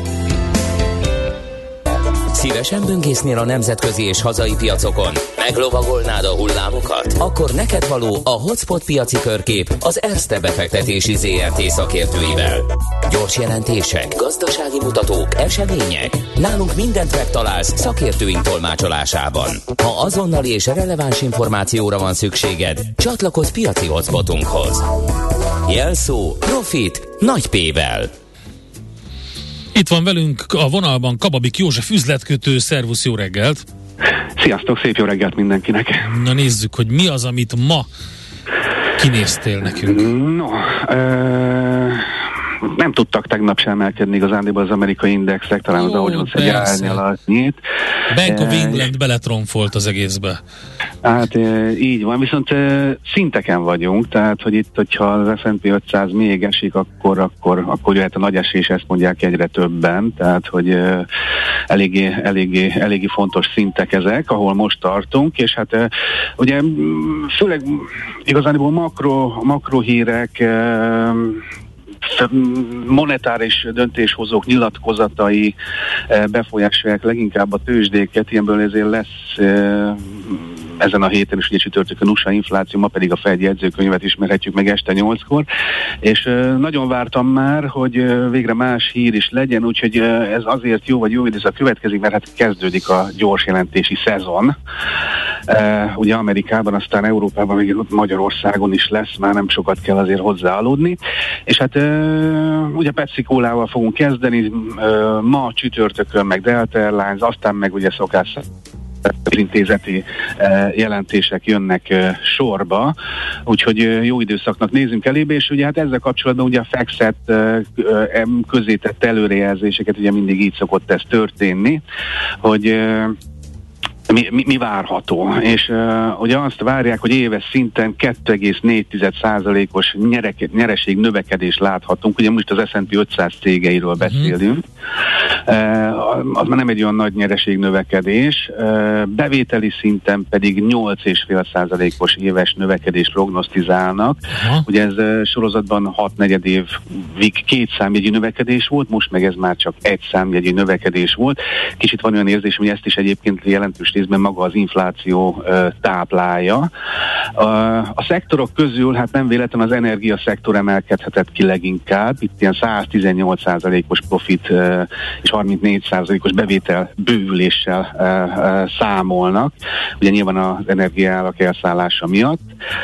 Szívesen böngésznél a nemzetközi és hazai piacokon? Meglovagolnád a hullámokat? Akkor neked való a Hotspot piaci körkép az Erste befektetési zé er té szakértőivel. Gyors jelentések, gazdasági mutatók, események. Nálunk mindent megtalálsz szakértőink tolmácsolásában. Ha azonnali és releváns információra van szükséged, csatlakozz piaci hotspotunkhoz. Jelszó Profit nagy P-vel. Itt van velünk a vonalban Kababik József üzletkötő. Szervusz, jó reggelt! Sziasztok, szép jó reggelt mindenkinek! Na nézzük, hogy mi az, amit ma kinéztél nekünk. No, ö- nem tudtak tegnap sem emelkedni igazándiból az amerikai indexek, talán az ahogy egy árnyalatnyit. Bank of England beletronfolt az egészbe. Hát így van, viszont szinteken vagyunk, tehát hogy itt, hogyha az es and pé ötszáz még esik, akkor, akkor, akkor jöhet a nagy esés, ezt mondják egyre többen, tehát hogy eléggé, eléggé, eléggé fontos szintek ezek, ahol most tartunk, és hát ugye főleg igazániból makro, makro hírek monetáris döntéshozók nyilatkozatai befolyásolják leginkább a tőzsdéket, ilyenből ezért lesz ezen a héten is ugye csütörtökön u es á infláció, ma pedig a Fed jegyzőkönyvet ismerhetjük meg este nyolckor, és nagyon vártam már, hogy végre más hír is legyen, úgyhogy ez azért jó, vagy jó időszak következik, mert hát kezdődik a gyors jelentési szezon. Ugye Amerikában, aztán Európában, még Magyarországon is lesz, már nem sokat kell azért hozzáaludni, és hát ugye Pepsi Colával fogunk kezdeni, ma csütörtökön meg Delta Airlines, aztán meg ugye szokás intézeti jelentések jönnek sorba, úgyhogy jó időszaknak nézünk elébe, és ugye hát ezzel kapcsolatban ugye a Fexet közzétett előrejelzéseket ugye mindig így szokott ez történni, hogy Mi, mi, mi várható, és uh, ugye azt várják, hogy éves szinten kettő egész négy százalékos nyerek, nyereség növekedést láthatunk, ugye most az es and pé ötszáz cégeiről beszélünk, uh, az már nem egy olyan nagy nyereség növekkedés, uh, bevételi szinten pedig nyolc egész öt százalékos éves növekedést prognosztizálnak, uh-huh. ugye ez uh, sorozatban hat negyed évig két számjegyű növekedés volt, most meg ez már csak egy számjegyű növekedés volt, kicsit van olyan érzés, hogy ezt is egyébként jelentős részben maga az infláció uh, táplálja. Uh, a szektorok közül, hát nem véletlen az energiaszektor emelkedhetett ki leginkább, itt ilyen száz tizennyolc százalékos profit uh, és harmincnégy százalékos bevétel bővüléssel uh, uh, számolnak, ugye nyilván az energiaárak elszállása miatt.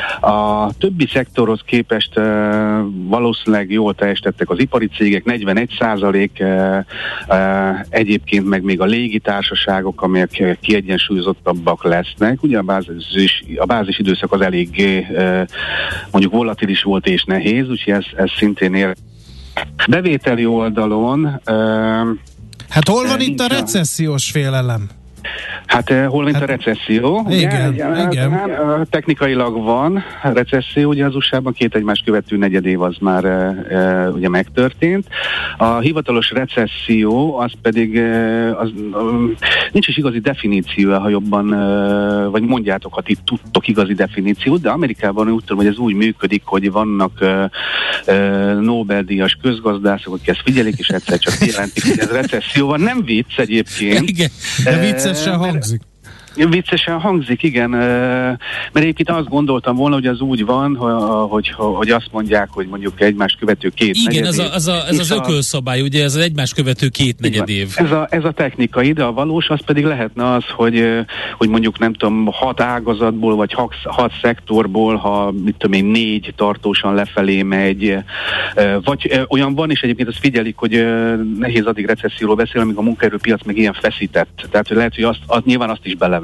A többi szektorhoz képest uh, valószínűleg jól teljesítettek az ipari cégek, negyvenegy százalék, uh, uh, egyébként meg még a légitársaságok, amelyek kiegyensúlyozottabbak lesznek. Ugye a bázis, a bázis időszak az eléggé uh, mondjuk volatilis volt és nehéz, úgyhogy ez, ez szintén ér. Bevételi oldalon uh, hát hol van itt a recessziós félelem? Hát hol mint hát, a recesszió? Igen, ugye, igen. Uh, technikailag van recesszió, ugye az u es á-ban két egymás követő negyed év az már uh, ugye megtörtént. A hivatalos recesszió az pedig uh, az, um, nincs is igazi definíciója, ha jobban, uh, vagy mondjátok, ha ti tudtok igazi definíciót, de Amerikában úgy tudom, hogy ez úgy működik, hogy vannak uh, uh, Nobel-díjas közgazdászok, akik ezt figyelik, és egyszer csak jelentik, hogy ez recesszió van. Nem vicc egyébként. Igen, de viccesen hangzik. Viccesen hangzik, igen, mert egyébként azt gondoltam volna, hogy az úgy van, hogy, hogy azt mondják, hogy mondjuk egymást követő két igen, negyed év. Igen, ez, a, ez az ökölszabály, ugye ez az egymást követő két negyed év. Ez a, ez a technikai, de a valós az pedig lehetne az, hogy, hogy mondjuk nem tudom, hat ágazatból, vagy hat, hat szektorból, ha mit tudom én, négy tartósan lefelé megy, vagy olyan van, és egyébként azt figyelik, hogy nehéz addig recesszióról beszélni, amíg a munkaerőpiac meg ilyen feszített. Tehát hogy lehet, hogy azt, azt, nyilván azt is beleveszik,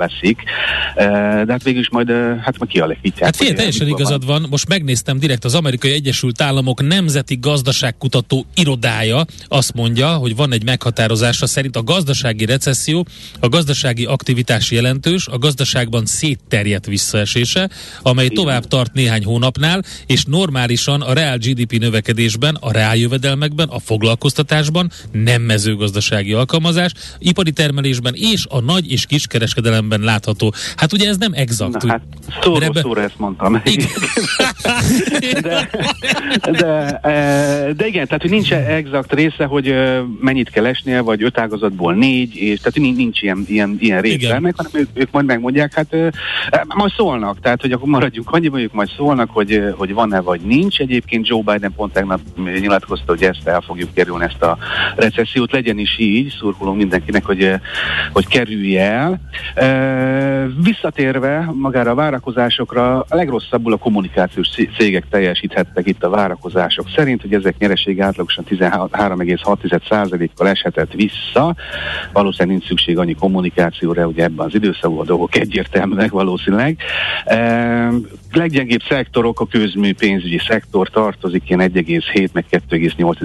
de hát végül is majd hát majd kialakítják. Hát fél, teljesen igazad van. Most megnéztem direkt, az Amerikai Egyesült Államok Nemzeti Gazdaságkutató Irodája azt mondja, hogy van egy meghatározása szerint a gazdasági recesszió, a gazdasági aktivitás jelentős, a gazdaságban szétterjedt visszaesése, amely tovább tart néhány hónapnál, és normálisan a reál gé dé pé növekedésben, a reáljövedelmekben, a foglalkoztatásban, nem mezőgazdasági alkalmazás, ipari termelésben és a nagy és kiskereskedelemben látható. Hát ugye ez nem exakt. Na, hát szóról ebbe... szóra ezt mondtam. de, de, de igen, tehát hogy nincs exakt része, hogy mennyit kell esnie, vagy öt ágazatból négy, és tehát nincs ilyen, ilyen, ilyen része ennek, hanem ők, ők majd megmondják, hát majd szólnak, tehát hogy akkor maradjunk annyiban, ők majd szólnak, hogy, hogy van-e vagy nincs. Egyébként Joe Biden pont tegnap nyilatkozta, hogy ezt el fogjuk kerülni, ezt a recessziót, legyen is így, szurkolunk mindenkinek, hogy, hogy kerülj el. Visszatérve magára a várakozásokra, a legrosszabbul a kommunikációs cégek teljesíthettek itt a várakozások szerint, hogy ezek nyereség átlagosan tizenhárom egész hat százalékkal eshetett vissza. Valószínűleg nincs szükség annyi kommunikációra, ugye ebben az időszakban a dolgok egyértelműek valószínűleg. E, leggyengébb szektorok, a közmű pénzügyi szektor tartozik ilyen egy egész hét meg kettő egész nyolc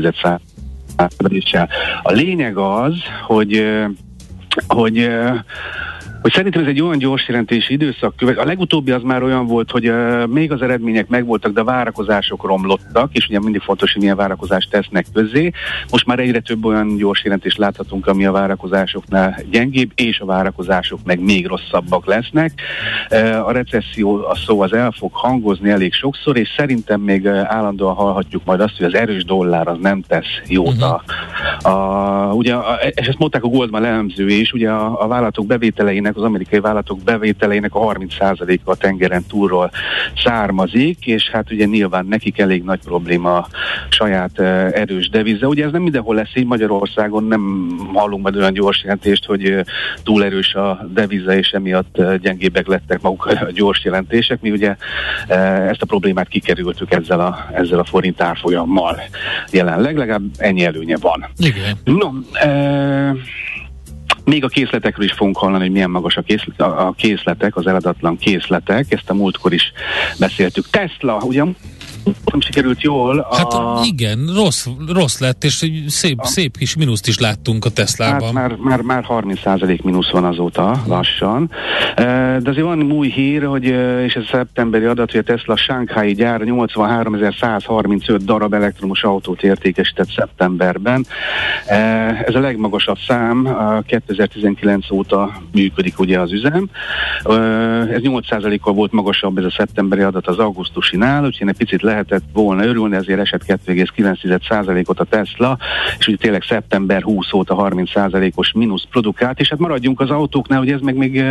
százalékkal. A lényeg az, hogy hogy hogy szerintem ez egy olyan gyors jelentési időszak. A legutóbbi az már olyan volt, hogy uh, még az eredmények megvoltak, de a várakozások romlottak, és ugye mindig fontos, hogy milyen várakozást tesznek közzé. Most már egyre több olyan gyors jelentést láthatunk, ami a várakozásoknál gyengébb, és a várakozások meg még rosszabbak lesznek. Uh, a recesszió, a szó az el fog hangozni elég sokszor, és szerintem még uh, állandóan hallhatjuk majd azt, hogy az erős dollár az nem tesz jót. Uh-huh. A, a, ugye, a, és ezt mondták a Goldman elemzői is, ugye a, a vállalatok bevételeinek, az amerikai vállalatok bevételeinek a harminc százaléka a tengeren túlról származik, és hát ugye nyilván nekik elég nagy probléma a saját uh, erős deviza. Ugye ez nem mindenhol lesz így, Magyarországon nem hallunk majd olyan gyors jelentést, hogy uh, túl erős a deviza, és emiatt uh, gyengébbek lettek maguk a gyors jelentések. Mi ugye uh, ezt a problémát kikerültük ezzel a, ezzel a forint árfolyammal jelenleg, legalább ennyi előnye van. Igen. No, uh, még a készletekről is fogunk hallani, hogy milyen magas a, készlet, a készletek, az eladatlan készletek, ezt a múltkor is beszéltük. Tesla, ugye nem sikerült jól. A... Hát igen, rossz, rossz lett, és szép, a... szép kis mínuszt is láttunk a Teslában. Hát már, már, már harminc százalék mínusz van azóta, lassan. De azért van új hír, hogy, és ez szeptemberi adat, hogy a Tesla Shanghai gyár nyolcvanháromezer-százharmincöt darab elektromos autót értékesített szeptemberben. Ez a legmagasabb szám, kétezer-tizenkilenc óta működik ugye az üzem. Ez nyolc százalékkal volt magasabb ez a szeptemberi adat az augusztusinál, úgyhogy egy picit lehetett volna örülni, ezért esett kettő egész kilenc százalékot a Tesla, és ugye tényleg szeptember húsz óta harminc százalékos mínusz produkált, és hát maradjunk az autóknál, hogy ez meg még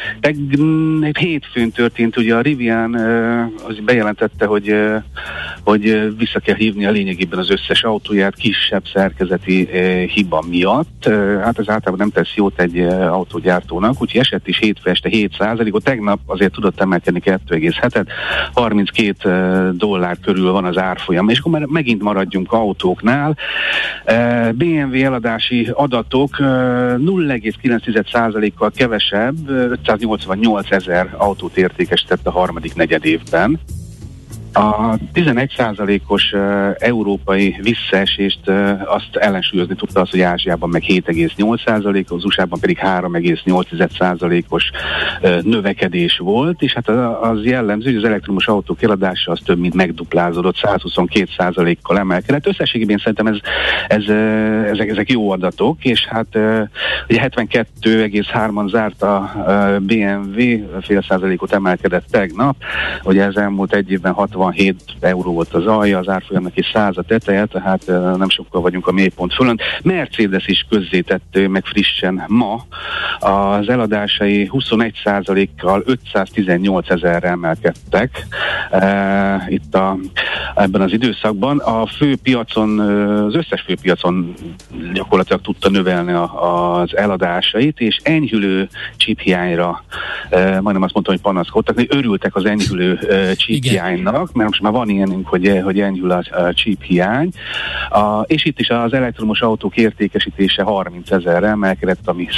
egy hétfőn történt, ugye a Rivian az bejelentette, hogy, hogy vissza kell hívni a lényegében az összes autóját kisebb szerkezeti hiba miatt. Hát ez általában nem tesz jót egy autógyártónak, úgyhogy esett is hétfő este hét százalékot, tegnap azért tudott emelkedni kettő egész hetet, harminckét dollár körül van az árfolyam, és akkor már megint maradjunk autóknál. bé em vé eladási adatok nulla egész kilenc százalékkal kevesebb, ötszáznyolcvannyolc ezer autót értékesített a harmadik negyed évben. A tizenegy százalékos uh, európai visszaesést uh, azt ellensúlyozni tudta az, hogy Ázsiában meg hét egész nyolc százalék, az u es á-ban pedig három egész nyolc százalékos uh, növekedés volt, és hát az jellemző, hogy az elektromos autók eladása az több mint megduplázódott, százhuszonkettő százalékkal emelkedett. Összességében szerintem ez, ez, uh, ezek, ezek jó adatok, és hát uh, ugye hetvenkettő egész hárman zárt a uh, bé em vé, fél százalékot emelkedett tegnap, ugye ez elmúlt egy évben hatvanhét euró volt az alja, az árfolyamnak is száz a teteje, tehát uh, nem sokkal vagyunk a mélypont fölön. Mercedes is közzétett meg frissen ma, az eladásai huszonegy százalékkal ötszáztizennyolc ezerre emelkedtek uh, itt a, ebben az időszakban. A főpiacon, uh, az összes főpiacon gyakorlatilag tudta növelni a, az eladásait, és enyhülő chiphiányra, uh, majdnem azt mondtam, hogy panaszkodtak, hogy örültek az enyhülő uh, chiphiánynak, mert most már van ilyenünk, hogy, hogy enyhül a, a chip hiány, a, és itt is az elektromos autók értékesítése harminc ezerre emelkedett, ami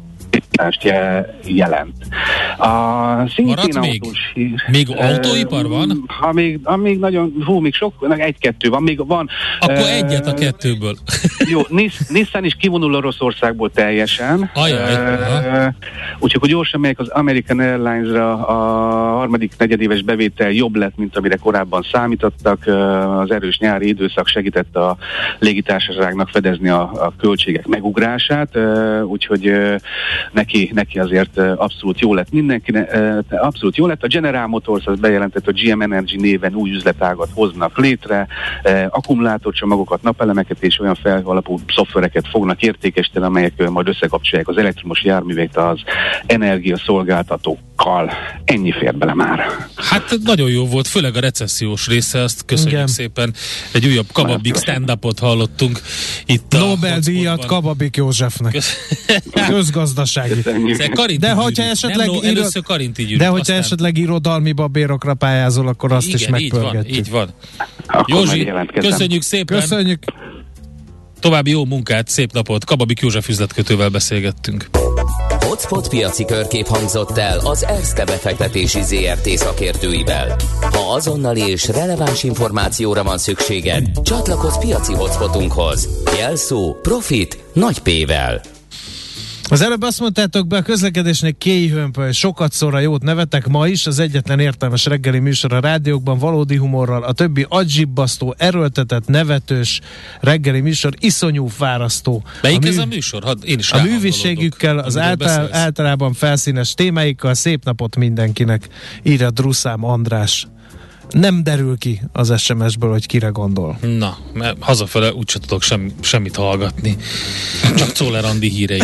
jelent. A szintén még? Hír, még autóipar van? Ha még, ha még nagyon, hú, még sok, egy-kettő van, még van. Akkor uh, egyet a kettőből. Jó, Nissan is kivonul Oroszországból teljesen. Ajaj. Uh, úgyhogy, hogy gyorsan megyek az American Airlines-ra, a harmadik negyedéves bevétel jobb lett, mint amire korábban számítottak. Uh, az erős nyári időszak segített a légitársaságnak fedezni a, a költségek megugrását, uh, úgyhogy uh, Neki, neki azért uh, abszolút jó lett mindenki, uh, abszolút jó lett. A General Motors az bejelentett, hogy gé em Energy néven új üzletágat hoznak létre, uh, akkumulátorcsomagokat, napelemeket és olyan felalapú szoftvereket fognak értékesíteni, amelyek uh, majd összekapcsolják az elektromos járműveit az energiaszolgáltatókkal. Ennyi fér bele már. Hát nagyon jó volt, főleg a recessziós része, azt köszönjük Igen. szépen. Egy újabb Kababik stand-upot hallottunk itt a Nobel-díjat Kababik Józsefnek. Közgazdaság. De hogyha esetleg, nem, írod, először gyűjt, de hogyha aztán... esetleg irodalmi babérokra pályázol, akkor azt Igen, is megpörgetjük. Így van, így van. Józsi, köszönjük szépen. Köszönjük. További jó munkát, szép napot. Kababik József üzletkötővel beszélgettünk. Hotspot piaci körkép hangzott el az Erste befektetési zé er té szakértőivel. Ha azonnali és releváns információra van szükséged, csatlakozz piaci hotspotunkhoz. Jelszó Profit nagy P-vel. Az előbb azt mondtátok be a közlekedésnek kéjhömpöly, sokat szóra jót nevetek, ma is az egyetlen értelmes reggeli műsor a rádiókban, valódi humorral, a többi agyibbasztó, erőltetett, nevetős reggeli műsor, iszonyú fárasztó. Melyik a mű... ez a műsor? Hadd én is a műviségükkel, az által, általában felszínes témáikkal, szép napot mindenkinek, írja Druszám András. Nem derül ki az es em es-ből, hogy kire gondol. Na, mert hazafele úgyse tudok sem, semmit hallgatni. Csak Czoller Andi hírei.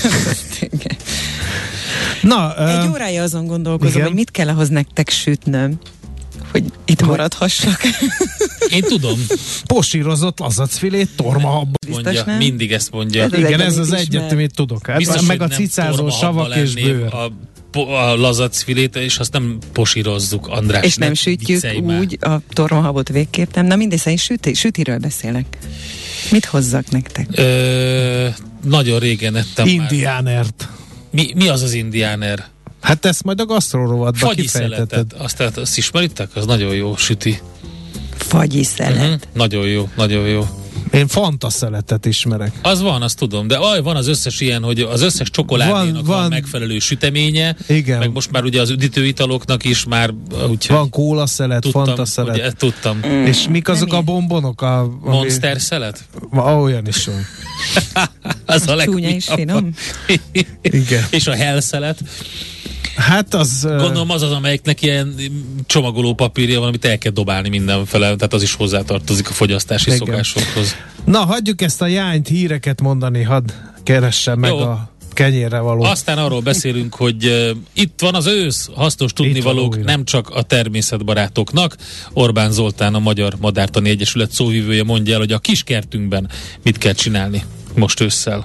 Na, Egy uh, órája azon gondolkozom, igen? hogy mit kell ahhoz nektek sütnöm, hogy itt maradhassak. Én tudom. Posírozott lazacfilét tormahabban. Mondja, mindig ezt mondja. Ez igen, ez az egyet, amit tudok. Hát, biztos, meg a cicázó savak és bőr. A, a lazacfilét, és azt nem posírozzuk, András. És nem sütjük úgy a tormahabot végképp, nem. Na mindegy, szóval süti, sütiről beszélek. Mit hozzak nektek? Ö, nagyon régen ettem Indiánert. Mi, mi az az indiáner? Hát ezt majd a gasztrorovadba kifejteted. Azt, azt ismeritek? Az nagyon jó süti. Fagyiszelet. Uh-huh. Nagyon jó, nagyon jó. Én fantaszeletet ismerek. Az van, azt tudom, de aj, van az összes ilyen, hogy az összes csokoládénak van, van, van megfelelő süteménye, igen. Meg most már ugye az üdítőitaloknak is már úgyhogy van kólaszelet, fantaszelet. Ugye, tudtam. Mm. És mik azok Nem a bombonok? A, ami... Monster szelet? Olyan is van. Az a csúnya és finom. Igen. És a hell szelet? Hát az... Gondolom az az, amelyiknek ilyen csomagoló papírja van, amit el kell dobálni mindenfele, tehát az is hozzátartozik a fogyasztási igen. szokásokhoz. Na, hagyjuk ezt a jányt, híreket mondani, hadd keressen meg Jó. a kenyérre való. Aztán arról beszélünk, hogy uh, itt van az ősz, hasznos tudnivalók nem csak a természetbarátoknak. Orbán Zoltán, a Magyar Madártani Egyesület szóvivője mondja el, hogy a kiskertünkben mit kell csinálni most ősszel.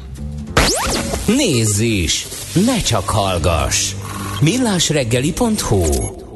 Nézz is! Ne csak hallgass! millásreggeli pont hu